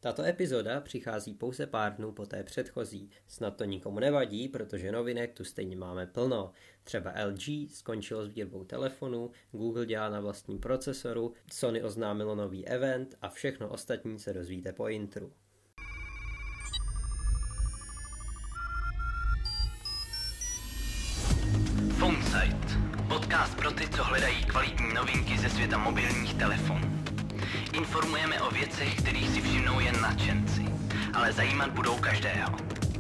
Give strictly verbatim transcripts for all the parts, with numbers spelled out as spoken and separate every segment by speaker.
Speaker 1: Tato epizoda přichází pouze pár dnů po té předchozí. Snad to nikomu nevadí, protože novinek tu stejně máme plno. Třeba L G skončilo s výrobou telefonu, Google dělá na vlastním procesoru, Sony oznámilo nový event a všechno ostatní se dozvíte po intru.
Speaker 2: PhoneSite. Podcast pro ty, co hledají kvalitní novinky ze světa mobilních telefonů. Informujeme o věcech, kterých si všimnou jen nadšenci, ale zajímat budou každého.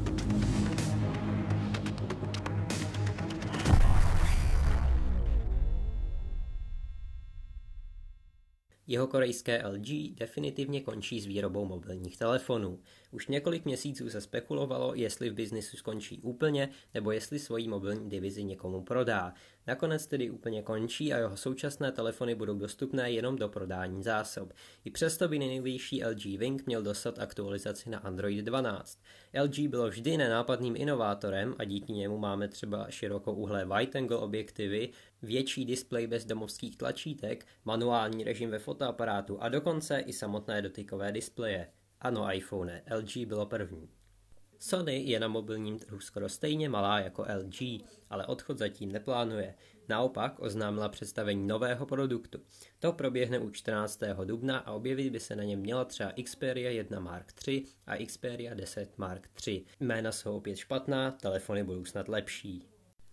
Speaker 1: Jihokorejské L G definitivně končí s výrobou mobilních telefonů. Už několik měsíců se spekulovalo, jestli v biznisu skončí úplně, nebo jestli svoji mobilní divizi někomu prodá. Nakonec tedy úplně končí a jeho současné telefony budou dostupné jenom do prodání zásob. I přesto by nejnovější L G Wing měl dostat aktualizaci na Android dvanáct. L G bylo vždy nenápadným inovátorem a díky němu máme třeba širokouhlé wide-angle objektivy, větší displej bez domovských tlačítek, manuální režim ve fotoaparátu a dokonce i samotné dotykové displeje. Ano, iPhone, L G bylo první. Sony je na mobilním trhu skoro stejně malá jako L G, ale odchod zatím neplánuje. Naopak oznámila představení nového produktu. To proběhne u čtrnáctého dubna a objevit by se na něm měla třeba Xperia jedna Mark tři a Xperia deset Mark tři. Jména jsou opět špatná, telefony budou snad lepší.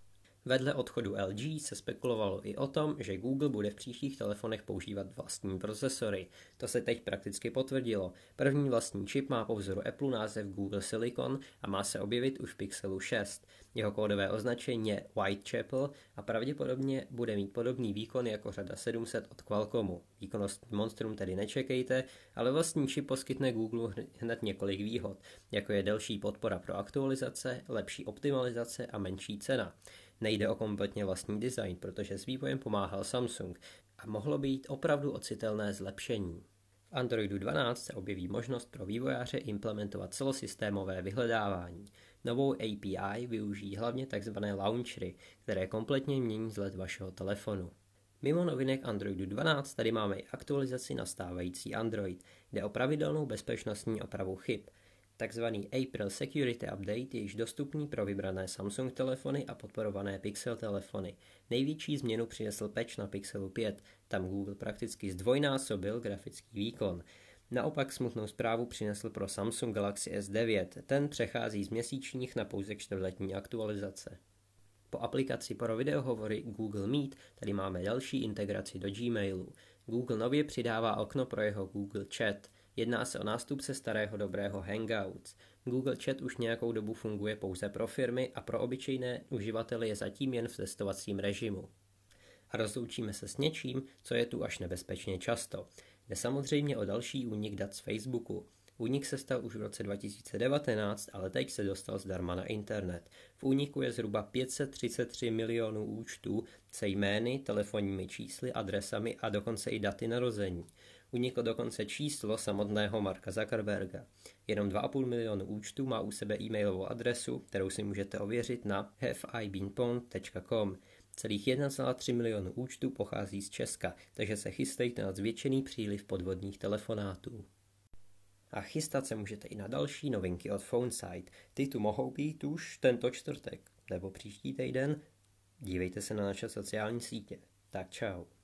Speaker 1: Vedle odchodu L G se spekulovalo i o tom, že Google bude v příštích telefonech používat vlastní procesory. To se teď prakticky potvrdilo. První vlastní čip má po vzoru Apple název Google Silicon a má se objevit už v Pixelu šest. Jeho kódové označení je Whitechapel a pravděpodobně bude mít podobný výkon jako řada sedm set od Qualcommu. Výkonnost monstrum tedy nečekejte, ale vlastní čip poskytne Google hned několik výhod, jako je delší podpora pro aktualizace, lepší optimalizace a menší cena. Nejde o kompletně vlastní design, protože s vývojem pomáhal Samsung a mohlo být opravdu ocitelné zlepšení. V Androidu dvanáct se objeví možnost pro vývojáře implementovat celosystémové vyhledávání. Novou A P I využijí hlavně tzv. Launchery, které kompletně mění vzhled vašeho telefonu. Mimo novinek Androidu dvanáct tady máme i aktualizaci na stávající Android, jde o pravidelnou bezpečnostní opravu chyb. Takzvaný April Security Update je již dostupný pro vybrané Samsung telefony a podporované Pixel telefony. Největší změnu přinesl patch na Pixelu pět, tam Google prakticky zdvojnásobil grafický výkon. Naopak smutnou zprávu přinesl pro Samsung Galaxy S devět, ten přechází z měsíčních na pouze čtvrtletní aktualizace. Po aplikaci pro videohovory Google Meet tady máme další integraci do Gmailu. Google nově přidává okno pro jeho Google Chat. Jedná se o nástupce starého dobrého Hangouts. Google Chat už nějakou dobu funguje pouze pro firmy a pro obyčejné uživatele je zatím jen v testovacím režimu. A rozloučíme se s něčím, co je tu až nebezpečně často. Jde samozřejmě o další únik dat z Facebooku. Únik se stal už v roce dva tisíce devatenáct, ale teď se dostal zdarma na internet. V úniku je zhruba pět set třicet tři milionů účtů se jmény, telefonními čísly, adresami a dokonce i daty narození. Uniklo dokonce číslo samotného Marka Zuckerberga. Jenom dva a půl milionu účtů má u sebe e-mailovou adresu, kterou si můžete ověřit na have i been pwned tečka com. Celých jedna celá tři milionu účtů pochází z Česka, takže se chystejte na zvětšený příliv podvodných telefonátů. A chystat se můžete i na další novinky od PhoneSite. Ty tu mohou být už tento čtvrtek nebo příští týden. Dívejte se na naše sociální sítě. Tak čau.